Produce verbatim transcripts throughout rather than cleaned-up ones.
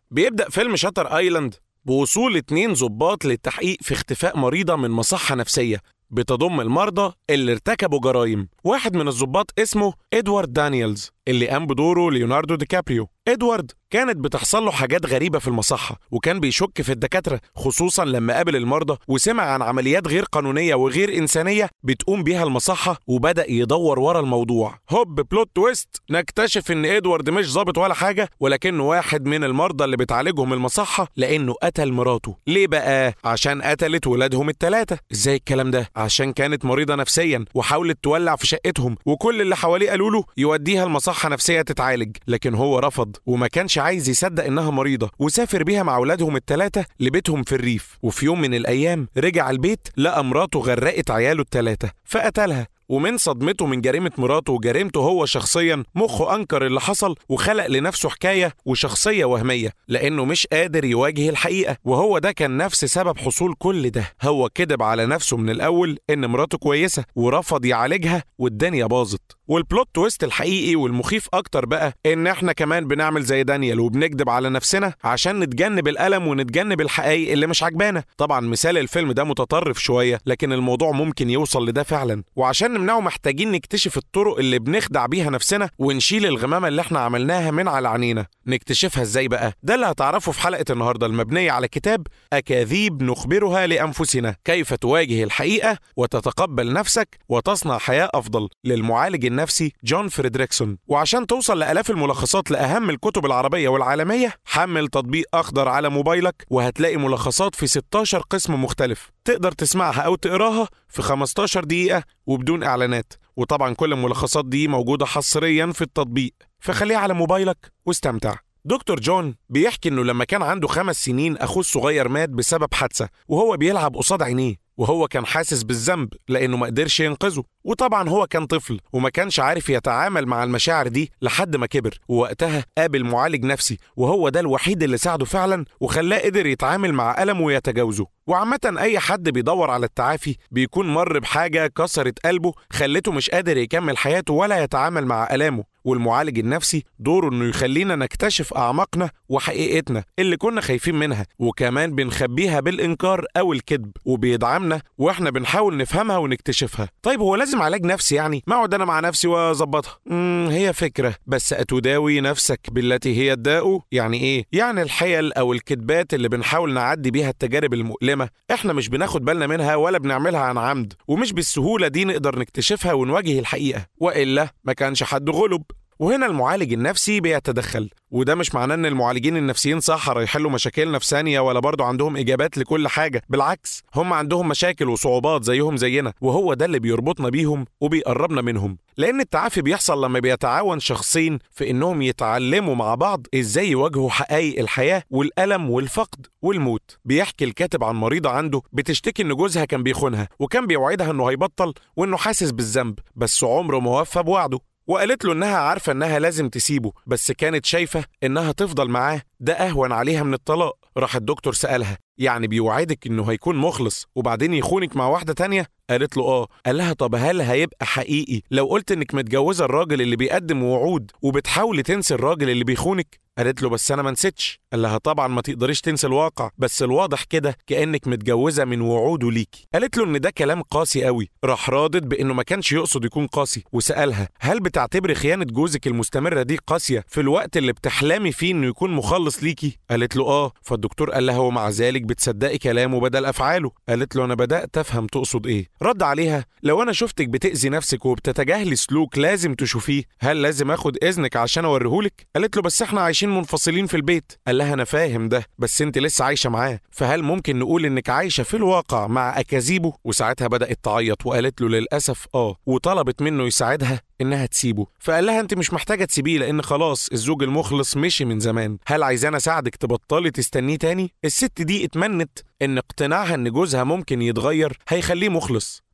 بيبدأ فيلم شاتر ايلاند بوصول اتنين ضباط للتحقيق في اختفاء مريضة من مصحة نفسية بتضم المرضى اللي ارتكبوا جرائم. واحد من الضباط اسمه إدوارد دانييلز اللي قام بدوره ليوناردو دي كابريو. إدوارد كانت بتحصل له حاجات غريبة في المصحة، وكان بيشك في الدكاترة، خصوصا لما قابل المرضى وسمع عن عمليات غير قانونية وغير إنسانية بتقوم بيها المصحة، وبدأ يدور ورا الموضوع. هوب بلوت تويست، نكتشف إن إدوارد مش ظابط ولا حاجة، ولكنه واحد من المرضى اللي بتعالجهم المصحة، لأنه قتل مراته. ليه بقى؟ عشان قتلت ولادهم التلاتة. إزاي الكلام ده؟ عشان كانت مريضة نفسيا وحاولت تولع في شقتهم، وكل اللي حواليه قالوا له يوديها المصحة نفسية تتعالج، لكن هو رفض وما كانش عايز يصدق انها مريضة، وسافر بيها مع اولادهم التلاتة لبيتهم في الريف. وفي يوم من الايام رجع البيت لقى مراته غرقت عياله التلاتة فقتلها. ومن صدمته من جريمة مراته وجريمته هو شخصيا، مخه أنكر اللي حصل وخلق لنفسه حكاية وشخصية وهمية، لأنه مش قادر يواجه الحقيقة، وهو ده كان نفس سبب حصول كل ده. هو كذب على نفسه من الأول إن مراته كويسة ورفض يعالجها والدنيا باظت. والبلوت تويست الحقيقي والمخيف أكتر بقى إن إحنا كمان بنعمل زي دانيال وبنكذب على نفسنا عشان نتجنب الألم ونتجنب الحقائق اللي مش عجبانا. طبعا مثال الفيلم ده متطرف شوية، لكن الموضوع ممكن يوصل لده فعلا، وعشان نمنعه محتاجين نكتشف الطرق اللي بنخدع بيها نفسنا ونشيل الغمامة اللي احنا عملناها من على عينينا. نكتشفها ازاي بقى؟ ده اللي هتعرفه في حلقة النهاردة المبنية على كتاب أكاذيب نخبرها لأنفسنا، كيف تواجه الحقيقة وتتقبل نفسك وتصنع حياة أفضل، للمعالج النفسي جون فريدريكسون. وعشان توصل لآلاف الملخصات لأهم الكتب العربية والعالمية، حمل تطبيق أخضر على موبايلك وهتلاقي ملخصات في ستاشر قسم مختلف، تقدر تسمعها أو تقراها في خمستاشر دقيقة وبدون إعلانات. وطبعا كل الملخصات دي موجودة حصريا في التطبيق، فخليها على موبايلك واستمتع. دكتور جون بيحكي إنه لما كان عنده خمس سنين أخوه الصغير مات بسبب حادثة وهو بيلعب قصاد عينيه، وهو كان حاسس بالذنب لأنه ما قدرش ينقذه. وطبعا هو كان طفل وما كانش عارف يتعامل مع المشاعر دي لحد ما كبر، ووقتها قابل معالج نفسي، وهو ده الوحيد اللي ساعده فعلا وخلاه قدر يتعامل مع ألمه ويتجاوزه. وعامة أي حد بيدور على التعافي بيكون مر بحاجة كسرت قلبه خلته مش قادر يكمل حياته ولا يتعامل مع ألامه، والمعالج النفسي دوره إنه يخلينا نكتشف أعماقنا وحقيقتنا اللي كنا خايفين منها، وكمان بنخبيها بالإنكار أو الكذب، وبيدعمنا وإحنا بنحاول نفهمها ونكتشفها. طيب هو لازم علاج نفسي يعني؟ ما اقعد أنا مع نفسي وأظبطها؟ امم هي فكرة، بس أتداوي نفسك بالتي هي الداء؟ يعني إيه؟ يعني الحيل أو الكذبات اللي بنحاول نعدي بيها التجارب المؤلمة إحنا مش بناخد بالنا منها ولا بنعملها عن عمد، ومش بالسهولة دي نقدر نكتشفها ونواجه الحقيقة، وإلا ما كانش حد غلب. وهنا المعالج النفسي بيتدخل، وده مش معناه ان المعالجين النفسيين سحرة يحلوا مشاكلنا في ثانية ولا برضو عندهم اجابات لكل حاجة، بالعكس هم عندهم مشاكل وصعوبات زيهم زينا، وهو ده اللي بيربطنا بيهم وبيقربنا منهم، لان التعافي بيحصل لما بيتعاون شخصين في انهم يتعلموا مع بعض ازاي يواجهوا حقائق الحياة والألم والفقد والموت. بيحكي الكاتب عن مريضة عنده بتشتكي ان جوزها كان بيخونها وكان بيوعدها انه هيبطل وانه حاسس بالذنب، بس عمره ما وفى بوعده، وقالت له إنها عارفة إنها لازم تسيبه، بس كانت شايفة إنها تفضل معاه ده أهون عليها من الطلاق. راح الدكتور سألها يعني بيوعدك إنه هيكون مخلص وبعدين يخونك مع واحدة تانية؟ قالت له آه. قال لها طب هل هيبقى حقيقي لو قلت إنك متجوزة الراجل اللي بيقدم وعود وبتحاولي تنسي الراجل اللي بيخونك؟ قالت له بس أنا ما نسيتش. قال لها طبعا ما تقدريش تنسي الواقع، بس الواضح كده كأنك متجوزة من وعوده ليكي. قالت له إن ده كلام قاسي قوي. راح رادد بإنه ما كانش يقصد يكون قاسي، وسألها هل بتعتبري خيانة جوزك المستمرة دي قاسية في الوقت اللي بتحلمي فيه إنه يكون مخلص ليكي؟ قالت له آه. فالدكتور قال لها ومع ذلك بتصدقي كلامه بدل أفعاله؟ قالت له أنا بدأت أفهم تقصد إيه. رد عليها لو أنا شفتك بتأذي نفسك وبتتجاهلي سلوك لازم تشوفيه، هل لازم أخد إذنك عشان أوريهولك؟ قالت له بس إحنا عايشين منفصلين في البيت. قال لها أنا فاهم ده، بس أنت لسه عايشة معاه، فهل ممكن نقول إنك عايشة في الواقع مع أكاذيبه؟ وساعتها بدأت تعيط وقالت له للأسف آه، وطلبت منه يساعدها إنها تسيبه. فقال لها أنت مش محتاجة تسيبيه لأن خلاص الزوج المخلص مشي من زمان، هل عايزانا أساعدك تبطلي تستنيه تاني؟ الست دي اتمنت إن اقتناعها إن جوزها ممكن يتغير هيخليه مخلص،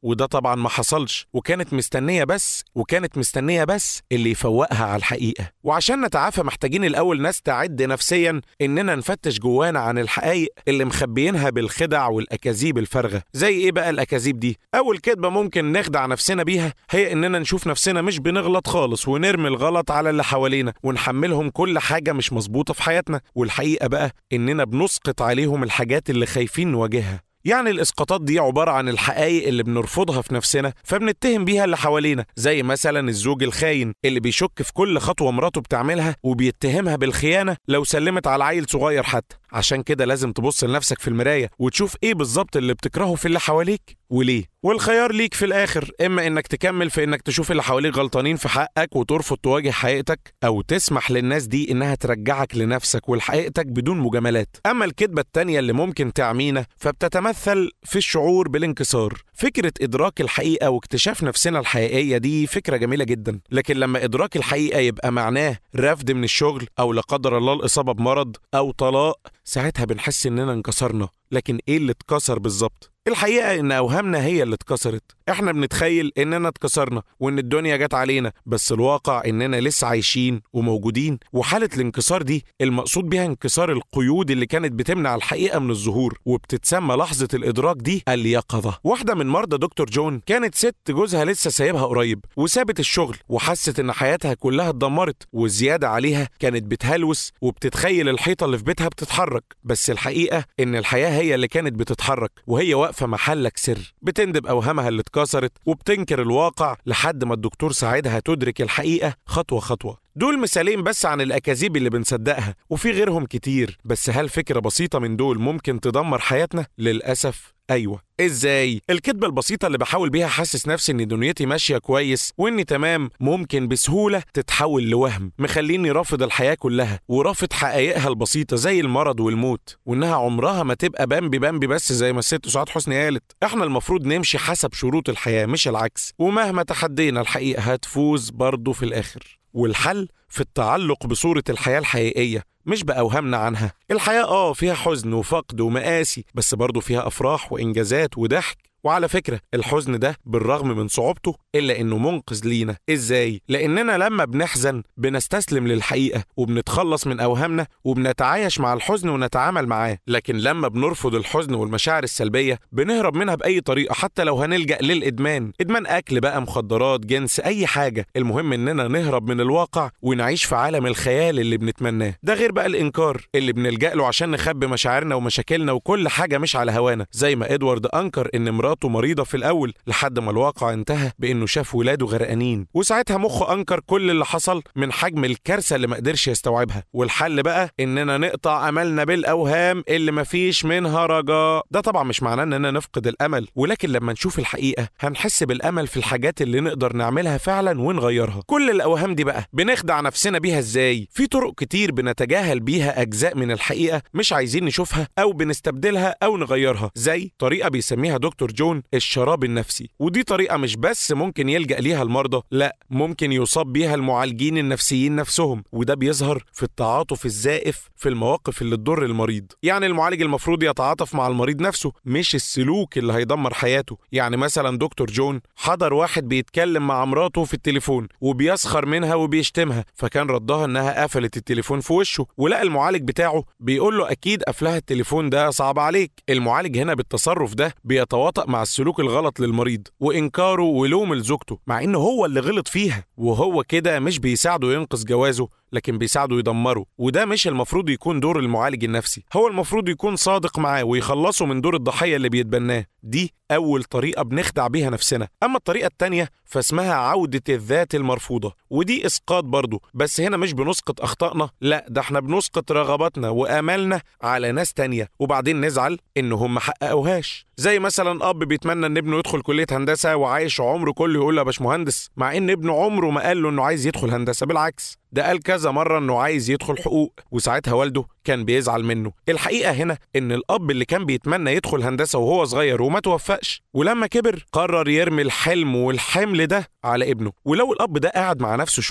وده طبعا ما حصلش، وكانت مستنية بس وكانت مستنية بس اللي يفوقها على الحقيقة. وعشان نتعافى محتاجين الأول نستعد نفسيا إننا نفتش جوانا عن الحقائق اللي مخبيينها بالخدع والأكاذيب الفارغة. زي إيه بقى الأكاذيب دي؟ أول كدبة ممكن نخدع نفسنا بيها هي إننا نشوف نفسنا مش بنغلط خالص ونرمي الغلط على اللي حوالينا ونحملهم كل حاجة مش مظبوطة في حياتنا، والحقيقة بقى إننا بنسقط عليهم الحاجات اللي خايفين نواجهها. يعني الإسقاطات دي عبارة عن الحقائق اللي بنرفضها في نفسنا فبنتهم بيها اللي حوالينا، زي مثلا الزوج الخاين اللي بيشك في كل خطوة مراته بتعملها وبيتهمها بالخيانة لو سلمت على عيل صغير حتى. عشان كده لازم تبص لنفسك في المراية وتشوف ايه بالظبط اللي بتكرهه في اللي حواليك وليه، والخيار ليك في الآخر، إما إنك تكمل في إنك تشوف اللي حواليك غلطانين في حقك وترفض تواجه حقيقتك، أو تسمح للناس دي إنها ترجعك لنفسك ولحقيقتك بدون مجاملات. أما الكذبة التانية اللي ممكن تعمينا فبتتمثل في الشعور بالانكسار. فكرة إدراك الحقيقة واكتشاف نفسنا الحقيقية دي فكرة جميلة جدا، لكن لما إدراك الحقيقة يبقى معناه رفض من الشغل أو لا قدر الله الإصابة بمرض أو طلاق، ساعتها بنحس إننا انكسرنا. لكن إيه اللي اتكسر بالظبط؟ الحقيقة إن أوهامنا هي اللي اتكسرت. إحنا بنتخيل إننا اتكسرنا وإن الدنيا جت علينا، بس الواقع إننا لسه عايشين وموجودين. وحالة الانكسار دي المقصود بها انكسار القيود اللي كانت بتمنع الحقيقة من الظهور، وبتتسمى لحظة الإدراك دي اليقظة. واحدة من مرضى دكتور جون كانت ست جوزها لسه سايبها قريب وسابت الشغل وحست إن حياتها كلها اتدمرت، والزيادة عليها كانت بتهلوس وبتتخيل الحيطة اللي في بيتها بتتحرك، بس الحقيقة إن الحياة هي اللي كانت بتتحرك وهي واقفة محلك سر. بتندب أوهامها اللي اتكسرت وبتنكر الواقع لحد ما الدكتور ساعدها تدرك الحقيقة خطوة خطوة. دول مثالين بس عن الأكاذيب اللي بنصدقها، وفي غيرهم كتير، بس هل فكرة بسيطة من دول ممكن تدمر حياتنا؟ للأسف أيوة. إزاي؟ الكذبة البسيطة اللي بحاول بيها حاسس نفسي إن دنيتي ماشية كويس وإني تمام ممكن بسهولة تتحول لوهم مخليني رافض الحياة كلها ورافض حقائقها البسيطة زي المرض والموت، وإنها عمرها ما تبقى بامبي بامبي بس زي ما الست سعاد حسني قالت. إحنا المفروض نمشي حسب شروط الحياة مش العكس، ومهما تحدينا الحقيقة هتفوز برضو في الآخر. والحل في التعلق بصورة الحياة الحقيقية مش بأوهامنا عنها. الحياة آه فيها حزن وفقد ومآسي، بس برضو فيها أفراح وإنجازات وضحك. وعلى فكرة الحزن ده بالرغم من صعوبته إلا إنه منقذ لينا. إزاي؟ لأننا لما بنحزن بنستسلم للحقيقة وبنتخلص من أوهامنا وبنتعايش مع الحزن ونتعامل معاه، لكن لما بنرفض الحزن والمشاعر السلبية بنهرب منها بأي طريقة، حتى لو هنلجأ للإدمان، إدمان أكل بقى، مخدرات، جنس، أي حاجة. المهم إننا نهرب من الواقع ونعيش في عالم الخيال اللي بنتمناه. ده غير بقى الإنكار اللي بنلجأ له عشان نخبي مشاعرنا ومشاكلنا وكل حاجة مش على هوانا، زي ما إدوارد أنكر إن مراته مريضة في الأول لحد ما الواقع انتهى بإنه شاف ولاده غرقانين، وساعتها مخه أنكر كل اللي حصل من حجم الكارثة اللي ما قدرش يستوعبها. والحل بقى إننا نقطع أملنا بالأوهام اللي مفيش منها رجاء. ده طبعا مش معناه إننا نفقد الأمل، ولكن لما نشوف الحقيقة هنحس بالأمل في الحاجات اللي نقدر نعملها فعلا ونغيرها. كل الأوهام دي بقى بنخدع نفسنا بيها إزاي؟ في طرق كتير بنتجاهل بيها أجزاء من الحقيقة مش عايزين نشوفها أو بنستبدلها أو نغيرها، زي طريقة بيسميها دكتور جون الشراب النفسي. ودي طريقة مش بس ممكن يلجأ ليها المرضى، لا ممكن يصاب بيها المعالجين النفسيين نفسهم، وده بيظهر في التعاطف الزائف في المواقف اللي تضر المريض. يعني المعالج المفروض يتعاطف مع المريض نفسه مش السلوك اللي هيدمر حياته. يعني مثلا دكتور جون حضر واحد بيتكلم مع مراته في التليفون وبيسخر منها وبيشتمها، فكان ردها انها قفلت التليفون في وشه، ولقى المعالج بتاعه بيقول له اكيد قفلها التليفون ده صعب عليك. المعالج هنا بالتصرف ده بيتواطأ مع السلوك الغلط للمريض وإنكاره ولوم لزوجته، مع إنه هو اللي غلط فيها، وهو كده مش بيساعده ينقذ جوازه لكن بيساعده يدمره. وده مش المفروض يكون دور المعالج النفسي، هو المفروض يكون صادق معاه ويخلصه من دور الضحية اللي بيتبناه. دي أول طريقة بنخدع بيها نفسنا. أما الطريقة التانية فاسمها عودة الذات المرفوضة، ودي إسقاط برضو، بس هنا مش بنسقط أخطائنا، لا ده احنا بنسقط رغباتنا وآمالنا على ناس تانية وبعدين نزعل إنهم محققوهاش. زي مثلا أب بيتمنى إن ابنه يدخل كلية هندسة وعايش عمره كله يقول له يا باشمهندس، مع إن ابنه عمره ما قال له إنه عايز يدخل هندسة، بالعكس ده قال كذا مرة إنه عايز يدخل حقوق، وساعتها والده كان بيزعل منه. الحقيقة هنا إن الأب اللي كان بيتمنى يدخل هندسة وهو صغير وما توفقش، ولما كبر قرر يرمي الحلم والحمل ده على ابنه. ولو الأب ده قاعد مع نفسه شوية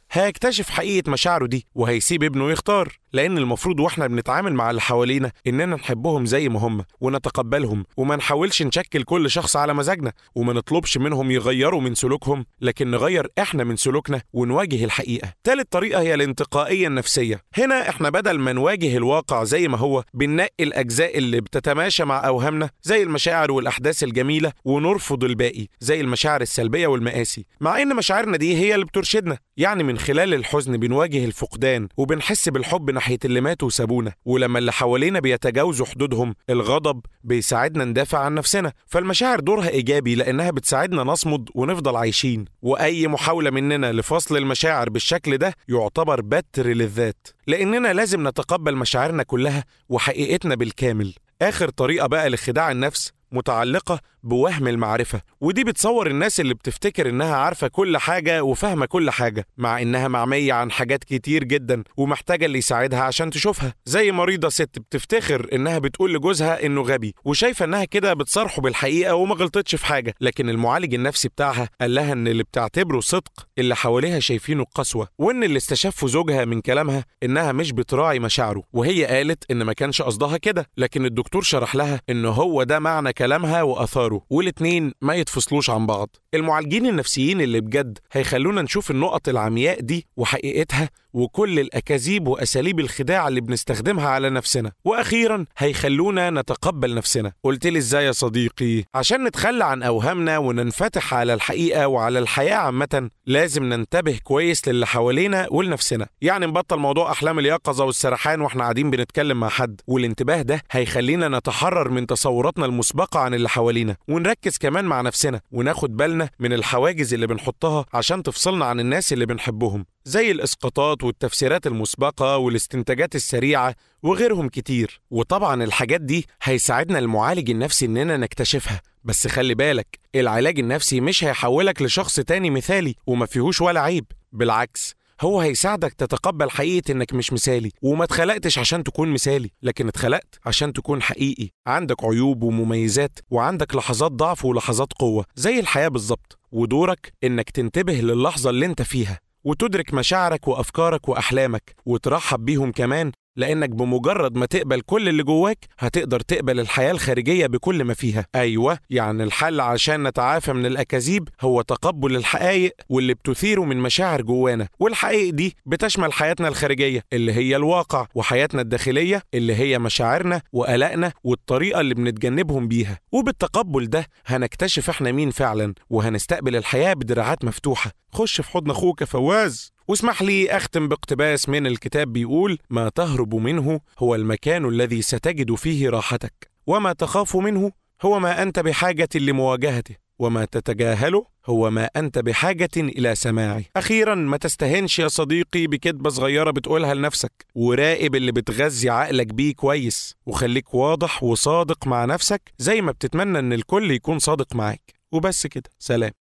هيكتشف حقيقة مشاعره دي وهيسيب ابنه يختار، لأن المفروض واحنا بنتعامل مع اللي حوالينا إننا نحبهم زي ما هم ونتقبلهم، وما نحاولش نشكل كل شخص على مزاجنا، وما نطلبش منهم يغيروا من سلوكهم، لكن نغير احنا من سلوكنا ونواجه الحقيقة. تالت طريقة هي الانتقائية النفسية. هنا احنا بدل ما نواجه الواقع زي ما هو بننقي الأجزاء اللي بتتماشى مع أوهامنا زي المشاعر والأحداث الجميلة، ونرفض الباقي زي المشاعر السلبية والمآسي، مع إن مشاعرنا دي هي اللي بترشدنا. يعني من خلال الحزن بنواجه الفقدان وبنحس بالحب ناحية اللي ماتوا وسابونا، ولما اللي حوالينا بيتجاوزوا حدودهم الغضب بيساعدنا ندافع عن نفسنا. فالمشاعر دورها إيجابي لأنها بتساعدنا نصمد ونفضل عايشين، وأي محاولة مننا لفصل المشاعر بالشكل ده يعتبر بتر للذات، لأننا لازم نتقبل مشاعرنا كلها وحقيقتنا بالكامل. آخر طريقة بقى لخداع النفس متعلقة بوهم المعرفة، ودي بتصور الناس اللي بتفتكر إنها عارفة كل حاجة وفاهمة كل حاجة، مع إنها معمية عن حاجات كتير جدا ومحتاجة اللي يساعدها عشان تشوفها. زي مريضة ست بتفتخر إنها بتقول لجوزها إنه غبي، وشايفة إنها كده بتصارحه بالحقيقة وما غلطتش في حاجة، لكن المعالج النفسي بتاعها قال لها إن اللي بتعتبره صدق اللي حواليها شايفينه قسوة، وإن اللي استشفوا زوجها من كلامها إنها مش بتراعي مشاعره، وهي قالت إن ما كانش قصدها كده، لكن الدكتور شرح لها إن هو ده معنى كلامها وأثاره، والاتنين ما يتفصلوش عن بعض. المعالجين النفسيين اللي بجد هيخلونا نشوف النقط العمياء دي وحقيقتها وكل الأكاذيب وأساليب الخداع اللي بنستخدمها على نفسنا، وأخيرا هيخلونا نتقبل نفسنا. قلت لي إزاي يا صديقي؟ عشان نتخلى عن أوهامنا وننفتح على الحقيقة وعلى الحياة عامة لازم ننتبه كويس للي حوالينا ولنفسنا. يعني نبطل موضوع أحلام اليقظة والسرحان واحنا قاعدين بنتكلم مع حد، والانتباه ده هيخلينا نتحرر من تصوراتنا المسبقة عن اللي حوالينا، ونركز كمان مع نفسنا وناخد بالنا من الحواجز اللي بنحطها عشان تفصلنا عن الناس اللي بنحبهم، زي الإسقاطات والتفسيرات المسبقة والاستنتاجات السريعة وغيرهم كتير. وطبعا الحاجات دي هيساعدنا المعالج النفسي إننا نكتشفها، بس خلي بالك العلاج النفسي مش هيحولك لشخص تاني مثالي وما فيهوش ولا عيب، بالعكس هو هيساعدك تتقبل حقيقة إنك مش مثالي، وما اتخلقتش عشان تكون مثالي، لكن اتخلقت عشان تكون حقيقي. عندك عيوب ومميزات، وعندك لحظات ضعف ولحظات قوة زي الحياة بالظبط، ودورك إنك تنتبه للحظة اللي انت فيها وتدرك مشاعرك وأفكارك وأحلامك وترحب بيهم كمان، لأنك بمجرد ما تقبل كل اللي جواك هتقدر تقبل الحياة الخارجية بكل ما فيها. أيوة، يعني الحل عشان نتعافى من الأكاذيب هو تقبل الحقائق واللي بتثيره من مشاعر جوانا، والحقائق دي بتشمل حياتنا الخارجية اللي هي الواقع، وحياتنا الداخلية اللي هي مشاعرنا وقلقنا والطريقة اللي بنتجنبهم بيها. وبالتقبل ده هنكتشف احنا مين فعلا، وهنستقبل الحياة بدراعات مفتوحة. خش في حضن أخوك فواز. واسمح لي أختم باقتباس من الكتاب بيقول: ما تهرب منه هو المكان الذي ستجد فيه راحتك، وما تخاف منه هو ما أنت بحاجة لمواجهته، وما تتجاهله هو ما أنت بحاجة إلى سماعه. أخيرا ما تستهنش يا صديقي بكدبة صغيرة بتقولها لنفسك، وراقب اللي بتغذي عقلك بيه كويس، وخليك واضح وصادق مع نفسك زي ما بتتمنى إن الكل يكون صادق معاك. وبس كده، سلام.